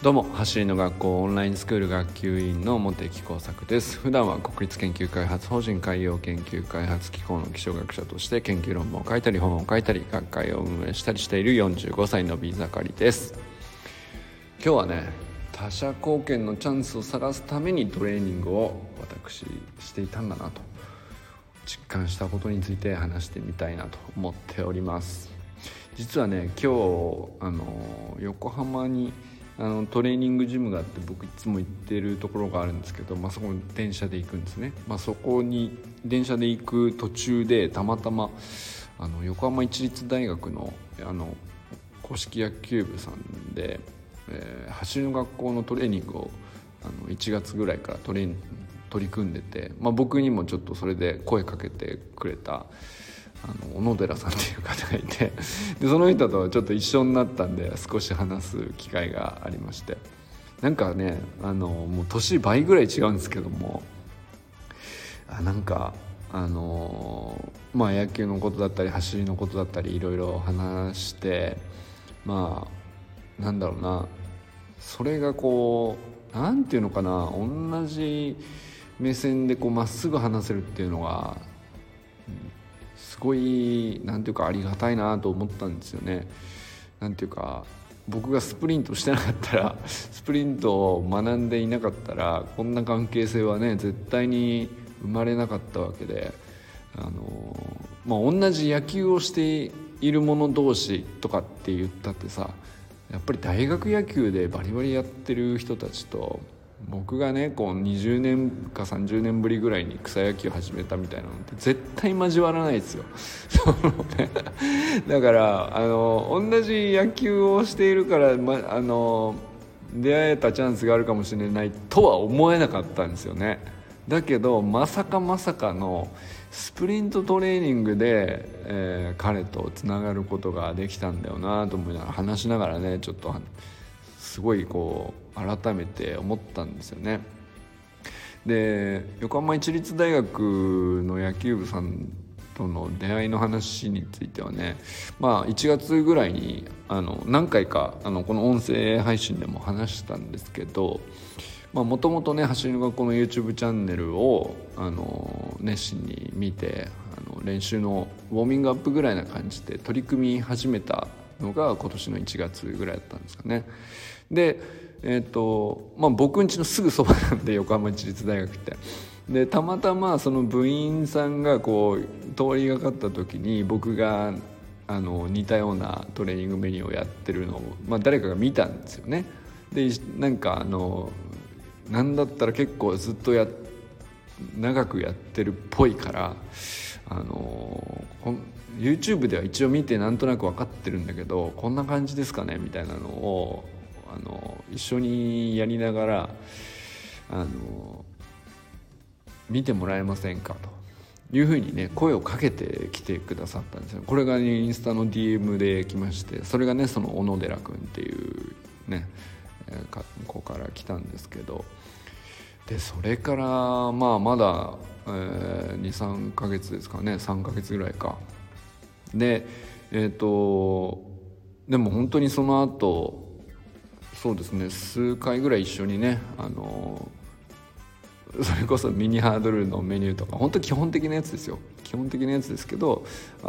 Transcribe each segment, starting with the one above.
どうも、走りの学校オンラインスクール学級委員の茂木耕作です。普段は国立研究開発法人海洋研究開発機構の気象学者として研究論文を書いたり本を書いたり学会を運営したりしている45歳の B 盛りです。今日はね、他者貢献のチャンスを探すためにトレーニングを私していたんだなと実感したことについて話してみたいなと思っております。実はね、今日横浜にトレーニングジムがあって、僕いつも行ってるところがあるんですけど、そこに電車で行くんですね。そこに電車で行く途中でたまたま横浜市立大学の硬式野球部さんで、走りの学校のトレーニングを1月ぐらいから取り組んでて、僕にもちょっとそれで声かけてくれた小野寺さんっていう方がいて、でその人とちょっと一緒になったんで少し話す機会がありまして、なんかねもう年倍ぐらい違うんですけども、野球のことだったり走りのことだったりいろいろ話して、それがこうなんていうのかな、同じ目線でまっすぐ話せるっていうのがすごいありがたいなと思ったんですよね。僕がスプリントしてなかったらスプリントを学んでいなかったらこんな関係性はね絶対に生まれなかったわけで、同じ野球をしている者同士とかって言ったってさ、やっぱり大学野球でバリバリやってる人たちと僕がね20年か30年ぶりぐらいに草野球始めたみたいなのって絶対交わらないですよだから同じ野球をしているから、出会えたチャンスがあるかもしれないとは思えなかったんですよね。だけどまさかのスプリントトレーニングで、彼とつながることができたんだよなと思いながら話しながらね、ちょっとすごい改めて思ったんですよね。で横浜市立大学の野球部さんとの出会いの話についてはね、1月ぐらいに何回かこの音声配信でも話したんですけど、もともとね走りの学校の YouTube チャンネルを熱心に見て練習のウォーミングアップぐらいな感じで取り組み始めたのが今年の1月ぐらいだったんですかね。で僕ん家のすぐそばなんで横浜市立大学ってで、たまたまその部員さんが通りがかった時に僕が似たようなトレーニングメニューをやってるのを、誰かが見たんですよね。でなんだったら結構ずっと長くやってるっぽいから、YouTube では一応見てなんとなく分かってるんだけど、こんな感じですかねみたいなのを一緒にやりながら見てもらえませんかというふうにね声をかけてきてくださったんですよ。これが、インスタの DM で来まして、それがねその小野寺くんっていうね子から来たんですけど、でそれからまだ、2,3 ヶ月ですかね、3ヶ月ぐらいかででも本当にその後そうですね、数回ぐらい一緒にねそれこそミニハードルのメニューとか本当基本的なやつですよ、基本的なやつですけど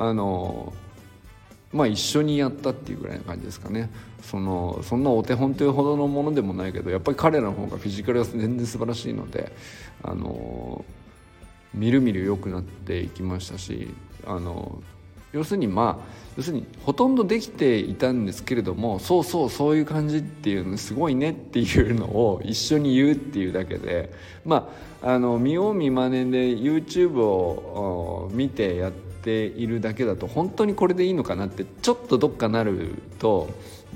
一緒にやったっていうぐらいな感じですかね。そんなお手本というほどのものでもないけど、やっぱり彼らの方がフィジカルが全然素晴らしいのでみるみる良くなっていきましたし、要するにほとんどできていたんですけれども、そういう感じっていうのすごいねっていうのを一緒に言うっていうだけで、見よう見まねで YouTube を見てやっているだけだと本当にこれでいいのかなってちょっとどっかなると、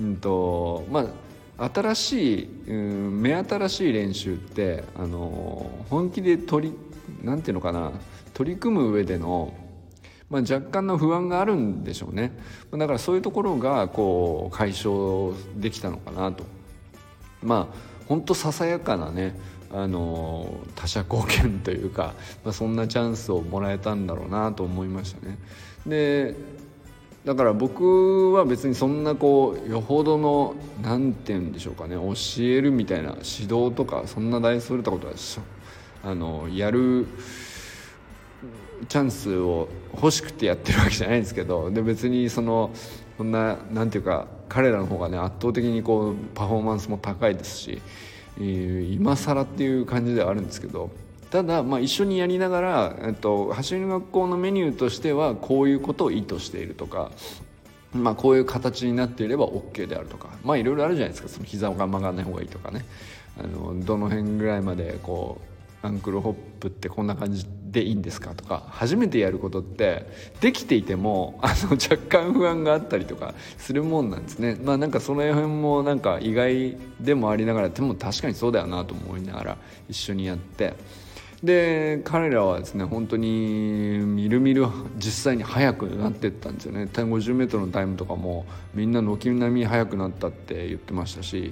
新しい、目新しい練習って本気で取り組む上での若干の不安があるんでしょうね。だからそういうところが解消できたのかなと。本当ささやかなね他者貢献というか、そんなチャンスをもらえたんだろうなと思いましたね。でだから僕は別にそんなこうよほどのなんて言うんでしょうかね、教えるみたいな指導とかそんな大それたことはやるチャンスを欲しくてやってるわけじゃないんですけど、で別にそんななんていうか彼らの方がね圧倒的にこうパフォーマンスも高いですし、今更っていう感じではあるんですけど、ただ一緒にやりながら、走りの学校のメニューとしてはこういうことを意図しているとか、こういう形になっていれば OK であるとか、いろいろあるじゃないですか。その膝が曲がらない方がいいとかね、どの辺ぐらいまでこうアンクルホップってこんな感じでいいんですかとか、初めてやることってできていても若干不安があったりとかするもんなんですね。なんかその辺もなんか意外でもありながら、でも確かにそうだよなと思いながら一緒にやって、で彼らはですね本当にみるみる実際に速くなっていったんですよね。50m のタイムとかもみんな軒並み速くなったって言ってましたし、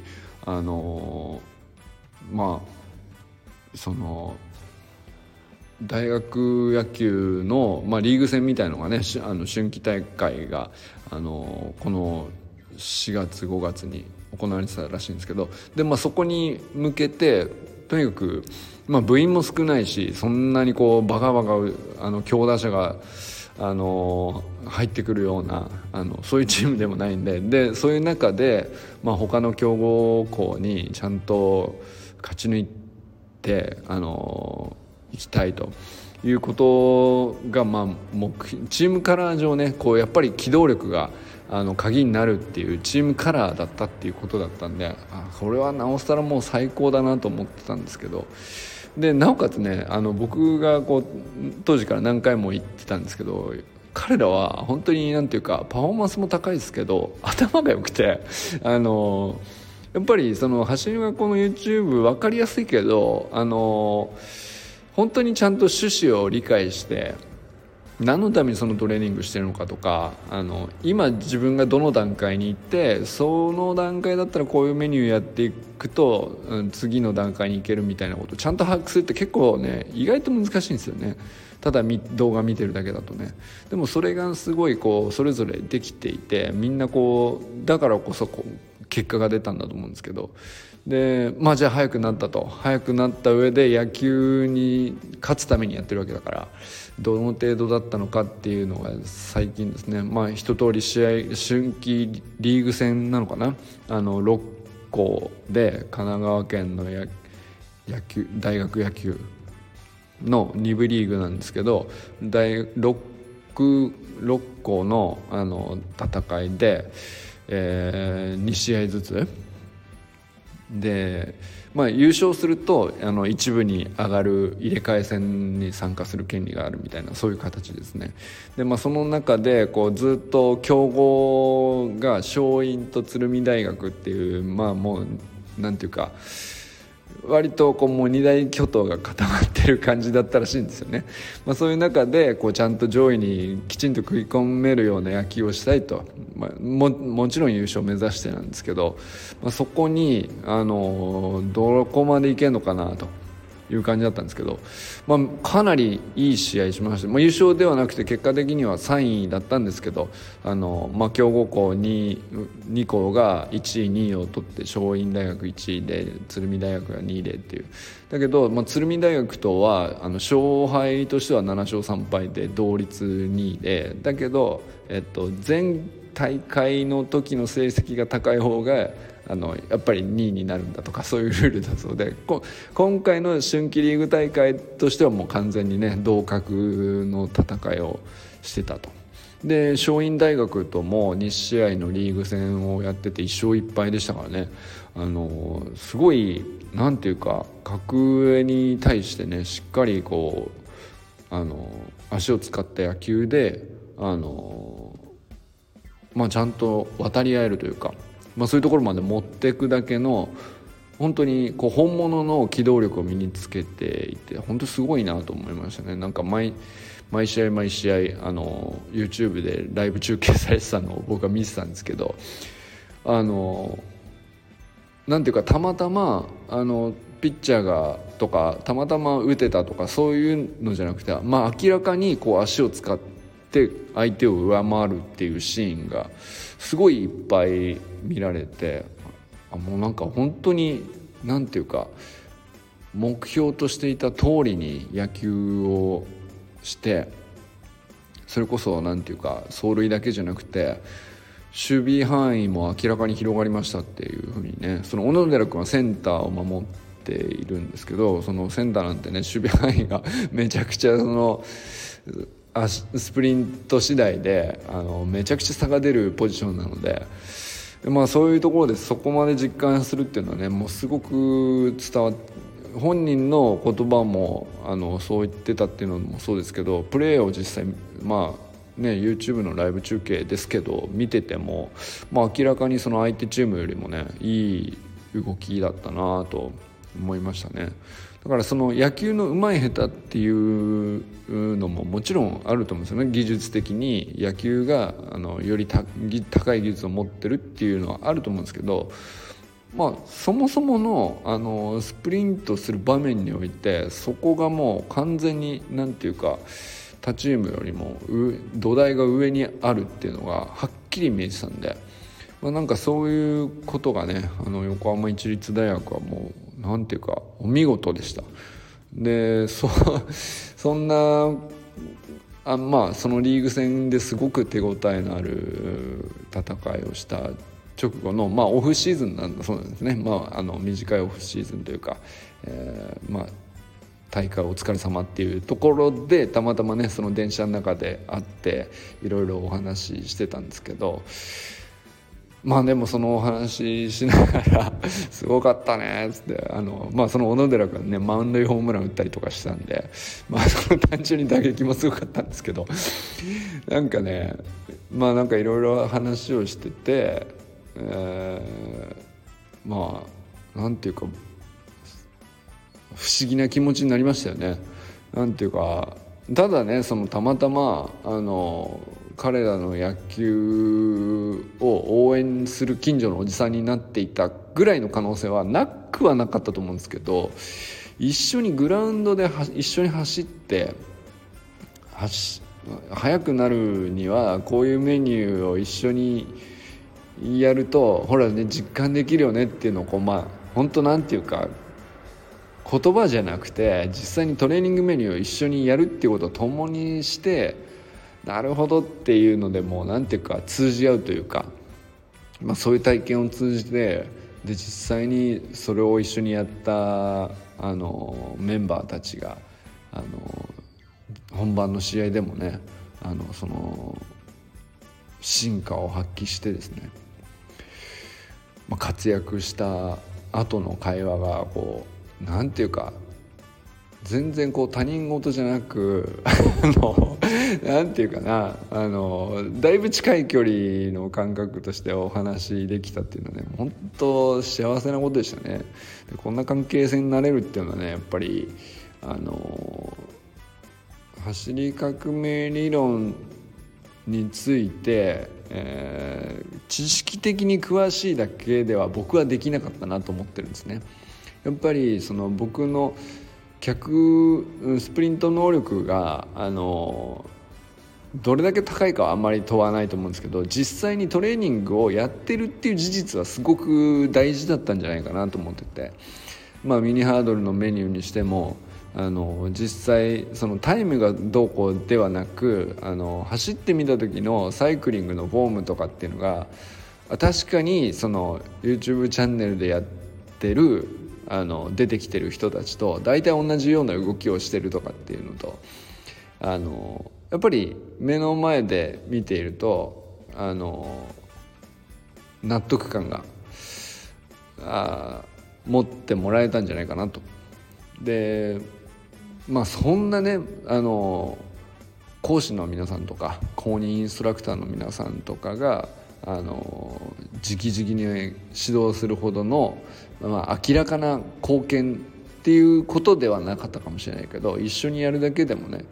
その大学野球の、リーグ戦みたいのがね、春季大会がこの4月5月に行われてたらしいんですけど、で、そこに向けてとにかく、部員も少ないし、そんなにこうバカバカ強打者が入ってくるようなそういうチームでもないんで、そういう中で、他の強豪校にちゃんと勝ち抜いて行きたいということが、チームカラー上ね、こうやっぱり機動力が鍵になるっていうチームカラーだったっていうことだったんで、これはなおさらもう最高だなと思ってたんですけど、でなおかつね僕がこう当時から何回も言ってたんですけど、彼らは本当になんていうかパフォーマンスも高いですけど頭が良くて、やっぱりその走り学校の YouTube 分かりやすいけど本当にちゃんと趣旨を理解して何のためにそのトレーニングしてるのかとか、今自分がどの段階に行ってその段階だったらこういうメニューやっていくと、次の段階に行けるみたいなことをちゃんと把握するって結構ね意外と難しいんですよね。ただ動画見てるだけだとね。でもそれがすごいこうそれぞれできていて、みんなこうだからこそ結果が出たんだと思うんですけど、でじゃあ速くなった上で野球に勝つためにやってるわけだから、どの程度だったのかっていうのが最近ですね、一通り春季リーグ戦なのかな、6校で神奈川県の大学野球の2部リーグなんですけど、6校の戦いで、2試合ずつで、優勝すると一部に上がる入れ替え戦に参加する権利があるみたいな、そういう形ですね。で、その中でこうずっと強豪が松蔭と鶴見大学っていう、もうなんていうか割とこうもう二大巨頭が固まってる感じだったらしいんですよね。そういう中でこうちゃんと上位にきちんと食い込めるような野球をしたいと、もちろん優勝を目指してなんですけど、そこにどこまでいけるのかなという感じだったんですけど、かなりいい試合しました。優勝ではなくて結果的には3位だったんですけど、強豪校2校が1位2位を取って、松蔭大学1位で鶴見大学が2位でっていう。だけど、鶴見大学とは勝敗としては7勝3敗で同率2位で、だけど、全大会の時の成績が高い方がやっぱり2位になるんだとか、そういうルールだそうで、今回の春季リーグ大会としてはもう完全にね同格の戦いをしてたと。で松蔭大学とも2試合のリーグ戦をやってて1勝1敗でしたからね、すごいなんていうか格上に対してねしっかりこう足を使った野球でちゃんと渡り合えるというか、そういうところまで持っていくだけの本当にこう本物の機動力を身につけていて、本当すごいなと思いましたね。なんか毎試合YouTube でライブ中継されてたのを僕は見てたんですけど、なんていうかたまたまピッチャーがとかたまたま打てたとかそういうのじゃなくて、明らかにこう足を使っって相手を上回るっていうシーンがすごいいっぱい見られて、もうなんか本当になんていうか目標としていた通りに野球をして、それこそなんていうか走塁だけじゃなくて守備範囲も明らかに広がりましたっていう風にね。その小野寺君はセンターを守っているんですけど、そのセンターなんてね守備範囲がめちゃくちゃそのスプリント次第でめちゃくちゃ差が出るポジションなので、そういうところでそこまで実感するっていうのはね、もうすごく伝わって、本人の言葉もそう言ってたっていうのもそうですけど、プレーを実際YouTube のライブ中継ですけど見てても、明らかにその相手チームよりもねいい動きだったなと思いましたね。だからその野球の上手い下手っていうのももちろんあると思うんですよね。技術的に野球がより高い技術を持ってるっていうのはあると思うんですけど、そもそものスプリントする場面においてそこがもう完全になんていうか他チームよりも土台が上にあるっていうのがはっきり見えてたんで、なんかそういうことがね横浜市立大学はもうなんていうかお見事でした。でそんなそのリーグ戦ですごく手応えのある戦いをした直後のオフシーズンなんだそうなんですね。短いオフシーズンというか、大会お疲れ様っていうところでたまたまねその電車の中で会っていろいろお話ししてたんですけど、でもそのお話しながらすごかったねっつってその小野寺君ね満塁ホームラン打ったりとかしたんで、その単純に打撃もすごかったんですけど、なんかねなんかいろいろ話をしてて、なんていうか不思議な気持ちになりましたよね。なんていうかただねそのたまたま彼らの野球を応援する近所のおじさんになっていたぐらいの可能性はなくはなかったと思うんですけど、一緒にグラウンドで一緒に走って速くなるにはこういうメニューを一緒にやるとほらね実感できるよねっていうのを本当なんていうか言葉じゃなくて実際にトレーニングメニューを一緒にやるっていうことを共にしてなるほどっていうのでもうなんていうか通じ合うというか、そういう体験を通じてで実際にそれを一緒にやったメンバーたちが本番の試合でもねその進化を発揮してですね、活躍した後の会話がこうなんていうか全然こう他人事じゃなくなんていうかなだいぶ近い距離の感覚としてお話できたっていうのはね本当幸せなことでしたね。でこんな関係性になれるっていうのはねやっぱり走り革命理論について、知識的に詳しいだけでは僕はできなかったなと思ってるんですね。やっぱりその僕のスプリント能力がどれだけ高いかはあんまり問わないと思うんですけど、実際にトレーニングをやってるっていう事実はすごく大事だったんじゃないかなと思ってて、ミニハードルのメニューにしても実際そのタイムがどうこうではなく走ってみた時のサイクリングのフォームとかっていうのが確かにその YouTube チャンネルでやってる出てきてる人たちと大体同じような動きをしてるとかっていうのとやっぱり目の前で見ていると納得感が持ってもらえたんじゃないかなと。でそんなね講師の皆さんとか公認インストラクターの皆さんとかが直々に指導するほどの、明らかな貢献っていうことではなかったかもしれないけど、一緒にやるだけでもね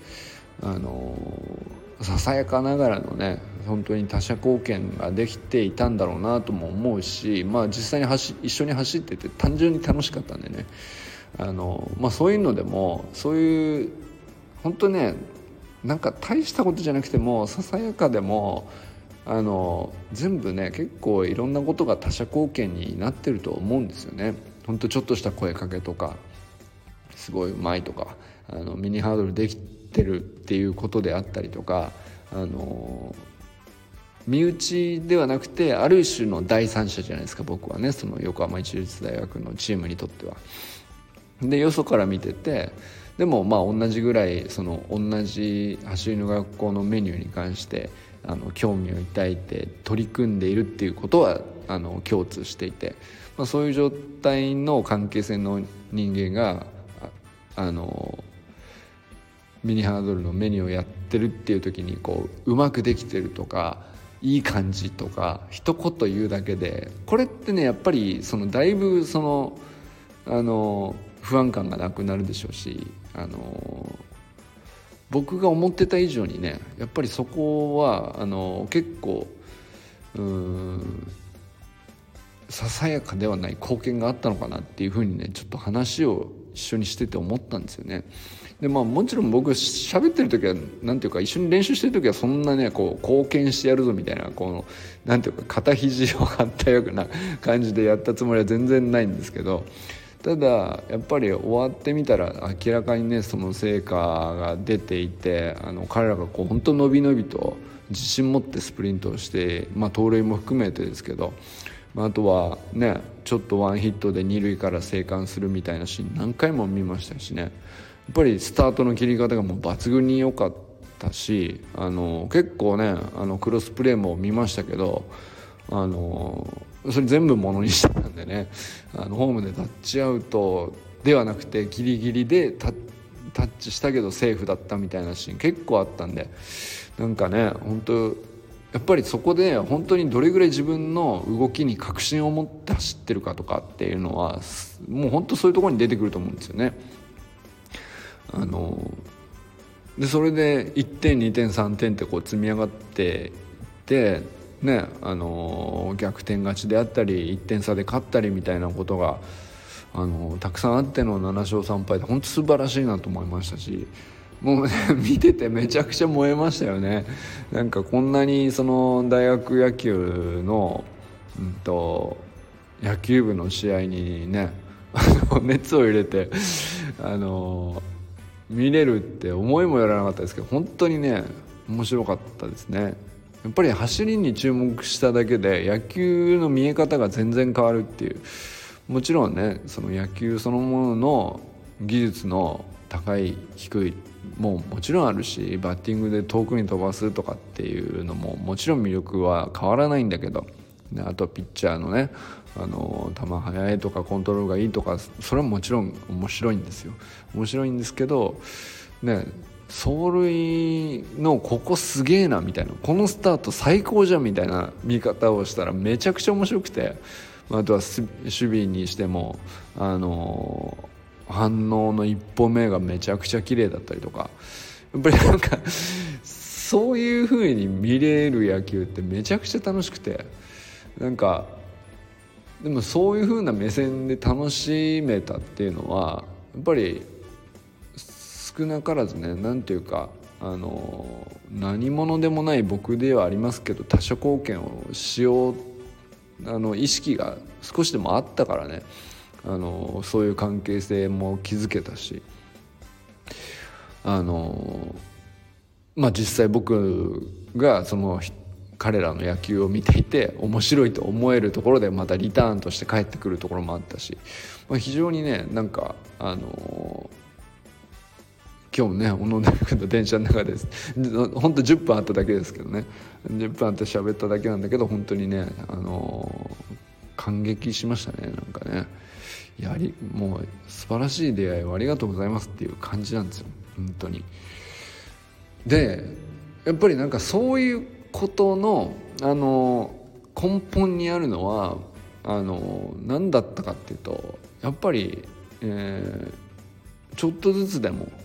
ささやかながらのね本当に他者貢献ができていたんだろうなとも思うし、実際に一緒に走ってて単純に楽しかったんでねそういうのでもそういう本当ねなんか大したことじゃなくてもささやかでも全部ね結構いろんなことが他者貢献になってると思うんですよね。ほんとちょっとした声かけとかすごいうまいとかミニハードルできてるっていうことであったりとか身内ではなくてある種の第三者じゃないですか、僕はねその横浜市立大学のチームにとっては。でよそから見ててでもまあ同じぐらい同じ走りの学校のメニューに関して興味を抱いて取り組んでいるっていうことは共通していて、まあ、そういう状態の関係性の人間がミニハードルのメニューをやってるっていう時にうまくできてるとかいい感じとか一言言うだけでこれってねやっぱりだいぶ不安感がなくなるでしょうし僕が思ってた以上にねやっぱりそこは結構ささやかではない貢献があったのかなっていうふうにねちょっと話を一緒にしてて思ったんですよね。でまあもちろん僕喋ってる時はなんていうか一緒に練習してる時はそんなね貢献してやるぞみたいななんていうか肩肘を張ったような感じでやったつもりは全然ないんですけど、ただやっぱり終わってみたら明らかにねその成果が出ていて彼らが本当伸び伸びと自信持ってスプリントをして、まあ、盗塁も含めてですけど、あとはねちょっとワンヒットで二塁から生還するみたいなシーン何回も見ましたしね、やっぱりスタートの切り方がもう抜群に良かったし結構ねクロスプレーも見ましたけどそれ全部ものにしてたんでねホームでタッチアウトではなくてギリギリでタッチしたけどセーフだったみたいなシーン結構あったんで、なんかね本当やっぱりそこで本当にどれぐらい自分の動きに確信を持って走ってるかとかっていうのはもう本当そういうところに出てくると思うんですよね。でそれで1点2点3点って積み上がっていってね逆転勝ちであったり1点差で勝ったりみたいなことがたくさんあっての7勝3敗で本当素晴らしいなと思いましたし、もうね見ててめちゃくちゃ燃えましたよね。なんかこんなに大学野球の、野球部の試合にね熱を入れて見れるって思いもよらなかったですけど本当にね面白かったですね。やっぱり走りに注目しただけで野球の見え方が全然変わるっていう、もちろんねその野球そのものの技術の高い低いもちろんあるし、バッティングで遠くに飛ばすとかっていうのももちろん魅力は変わらないんだけど、あとピッチャーのね球速いとかコントロールがいいとかそれはもちろん面白いんですよ。面白いんですけどね、走塁のここすげえなみたいな、このスタート最高じゃんみたいな見方をしたらめちゃくちゃ面白くて、あとは守備にしても反応の一歩目がめちゃくちゃ綺麗だったりとか、やっぱりなんかそういう風に見れる野球ってめちゃくちゃ楽しくて、なんかでもそういう風な目線で楽しめたっていうのはやっぱり少なからずね、なんていうか何者でもない僕ではありますけど多少貢献をしよう意識が少しでもあったからね、そういう関係性も築けたし、実際僕が彼らの野球を見ていて面白いと思えるところでまたリターンとして帰ってくるところもあったし、非常にねなんか今日もね小野君と電車の中です本当10分あっただけですけどね、10分あって喋っただけなんだけど本当にね感激しましたね。なんかねもう素晴らしい出会いをありがとうございますっていう感じなんですよ本当に。でやっぱりなんかそういうことの根本にあるのは何だったかっていうと、やっぱり、ちょっとずつでも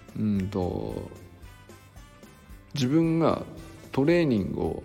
自分がトレーニングを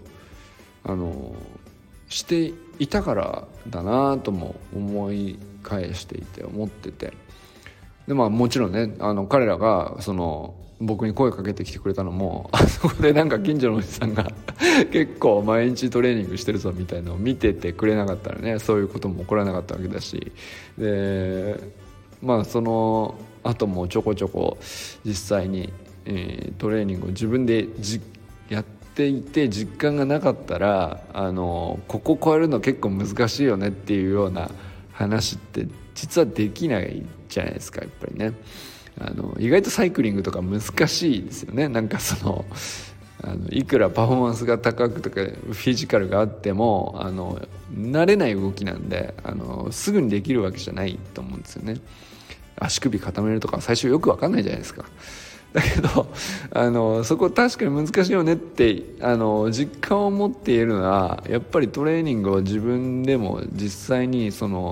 していたからだなとも思い返していて思ってて、 でもちろんね彼らが僕に声かけてきてくれたのもあそこでなんか近所のおじさんが結構毎日トレーニングしてるぞみたいなのを見ててくれなかったらね、そういうことも起こらなかったわけだし、でその後もちょこちょこ実際に、トレーニングを自分でやっていて実感がなかったらここ超えるの結構難しいよねっていうような話って実はできないじゃないですか、やっぱりね。意外とサイクリングとか難しいですよね。なんかいくらパフォーマンスが高くとかフィジカルがあっても慣れない動きなんですぐにできるわけじゃないと思うんですよね。足首固めるとか最初よく分かんないじゃないですか。だけどそこ確かに難しいよねって実感を持っているのはやっぱりトレーニングを自分でも実際に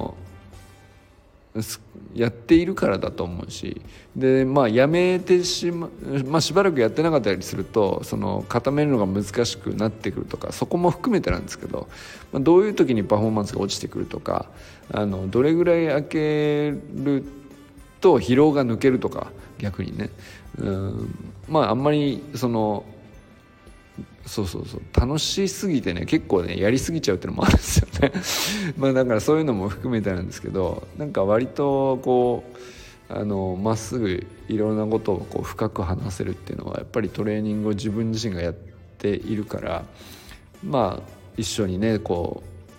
やっているからだと思うし、でやめてしばらくやってなかったりすると固めるのが難しくなってくるとか、そこも含めてなんですけど、どういう時にパフォーマンスが落ちてくるとかどれぐらい開けると疲労が抜けるとか、逆にねあんまり楽しすぎてね結構ねやりすぎちゃうっていうのもあるんですよねだからそういうのも含めてなんですけど、なんか割とまっすぐいろんなことを深く話せるっていうのはやっぱりトレーニングを自分自身がやっているから、一緒にね混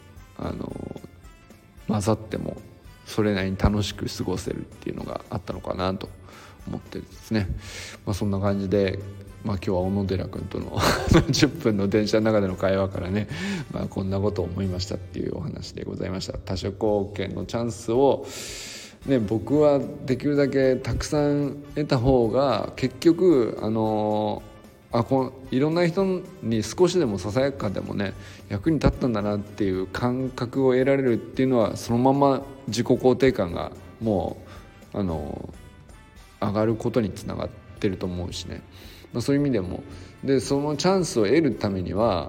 ざってもそれなりに楽しく過ごせるっていうのがあったのかなと思ってですね、そんな感じで今日は小野寺君との10分の電車の中での会話からね、こんなことを思いましたっていうお話でございました。多種貢献のチャンスを、僕はできるだけたくさん得た方が結局いろんな人に少しでもささやかでもね役に立ったんだなっていう感覚を得られるっていうのは、そのまま自己肯定感がもう上がることにつながってると思うしね、そういう意味でもそのチャンスを得るためには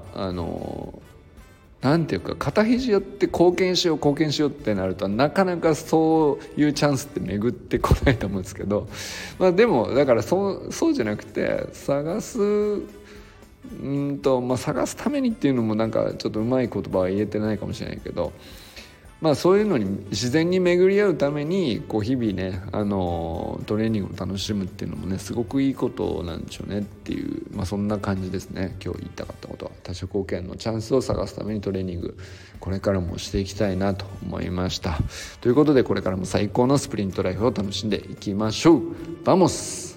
なんていうか肩肘やって貢献しようってなるとなかなかそういうチャンスって巡ってこないと思うんですけど、でもだからそうじゃなくて探す探すためにっていうのもなんかちょっとうまい言葉は言えてないかもしれないけど、そういうのに自然に巡り合うために日々ねトレーニングを楽しむっていうのもねすごくいいことなんでしょうねっていう、そんな感じですね。今日言いたかったことは多種貢献のチャンスを探すためにトレーニングこれからもしていきたいなと思いました。ということでこれからも最高のスプリントライフを楽しんでいきましょう。バモス。